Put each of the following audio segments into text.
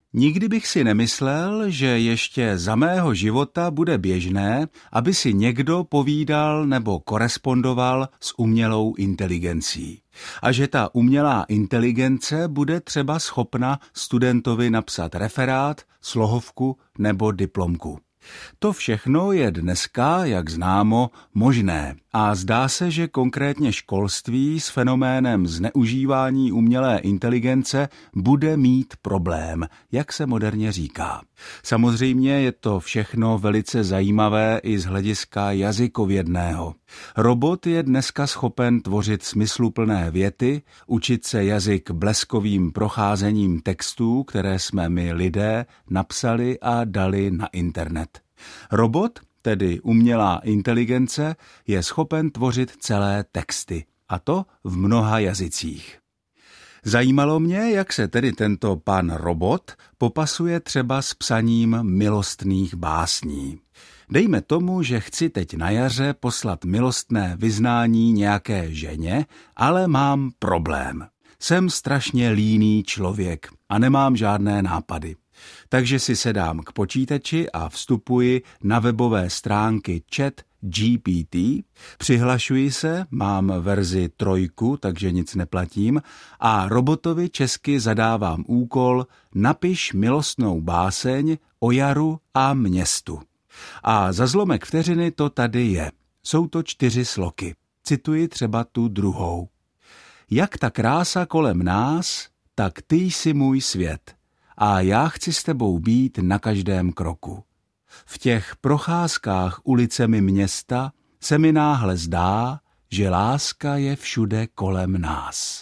Nikdy bych si nemyslel, že ještě za mého života bude běžné, aby si někdo povídal nebo korespondoval s umělou inteligencí. A že ta umělá inteligence bude třeba schopna studentovi napsat referát, slohovku nebo diplomku. To všechno je dneska, jak známo, možné a zdá se, že konkrétně školství s fenoménem zneužívání umělé inteligence bude mít problém, jak se moderně říká. Samozřejmě je to všechno velice zajímavé i z hlediska jazykovědného. Robot je dneska schopen tvořit smysluplné věty, učit se jazyk bleskovým procházením textů, které jsme my lidé napsali a dali na internet. Robot, tedy umělá inteligence, je schopen tvořit celé texty, a to v mnoha jazycích. Zajímalo mě, jak se tedy tento pan robot popasuje třeba s psaním milostných básní. Dejme tomu, že chci teď na jaře poslat milostné vyznání nějaké ženě, ale mám problém. Jsem strašně líný člověk a nemám žádné nápady. Takže si sedám k počítači a vstupuji na webové stránky ChatGPT, přihlašuji se, mám verzi 3, takže nic neplatím, a robotovi česky zadávám úkol: napiš milostnou báseň o jaru a městu. A za zlomek vteřiny to tady je. Jsou to 4 sloky. Cituji třeba tu druhou. Jak ta krása kolem nás, tak ty jsi můj svět. A já chci s tebou být na každém kroku. V těch procházkách ulicemi města se mi náhle zdá, že láska je všude kolem nás.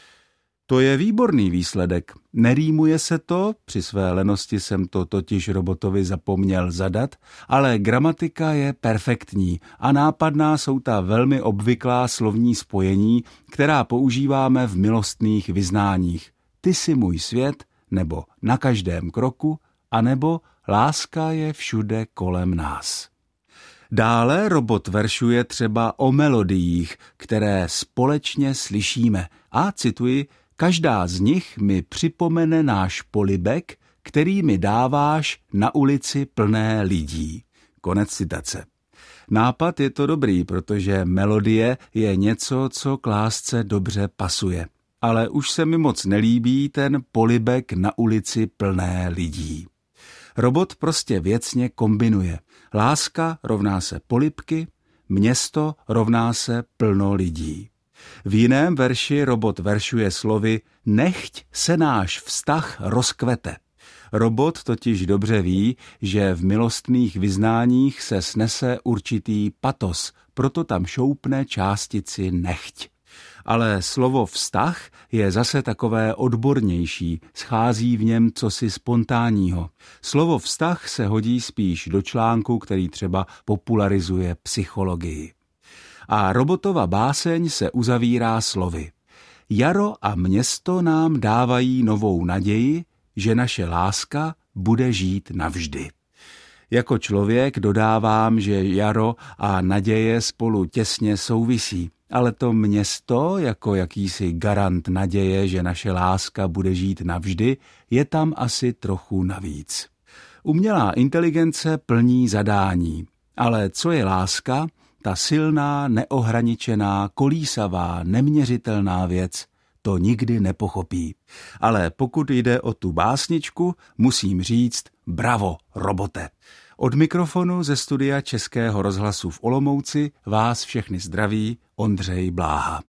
To je výborný výsledek. Nerýmuje se to, při své lenosti jsem to totiž robotovi zapomněl zadat, ale gramatika je perfektní a nápadná jsou ta velmi obvyklá slovní spojení, která používáme v milostných vyznáních. Ty jsi můj svět, nebo na každém kroku, anebo láska je všude kolem nás. Dále robot veršuje třeba o melodiích, které společně slyšíme a cituji: každá z nich mi připomene náš polibek, který mi dáváš na ulici plné lidí. Konec citace. Nápad je to dobrý, protože melodie je něco, co k lásce dobře pasuje. Ale už se mi moc nelíbí ten polibek na ulici plné lidí. Robot prostě věcně kombinuje. Láska rovná se polibky, město rovná se plno lidí. V jiném verši robot veršuje slovy: nechť se náš vztah rozkvete. Robot totiž dobře ví, že v milostných vyznáních se snese určitý patos, proto tam šoupne částici nechť. Ale slovo vztah je zase takové odbornější, schází v něm cosi spontánního. Slovo vztah se hodí spíš do článku, který třeba popularizuje psychologii. A robotova báseň se uzavírá slovy: jaro a město nám dávají novou naději, že naše láska bude žít navždy. Jako člověk dodávám, že jaro a naděje spolu těsně souvisí, ale to město, jako jakýsi garant naděje, že naše láska bude žít navždy, je tam asi trochu navíc. Umělá inteligence plní zadání, ale co je láska? Ta silná, neohraničená, kolísavá, neměřitelná věc, to nikdy nepochopí. Ale pokud jde o tu básničku, musím říct bravo, robote. Od mikrofonu ze studia Českého rozhlasu v Olomouci vás všechny zdraví Ondřej Bláha.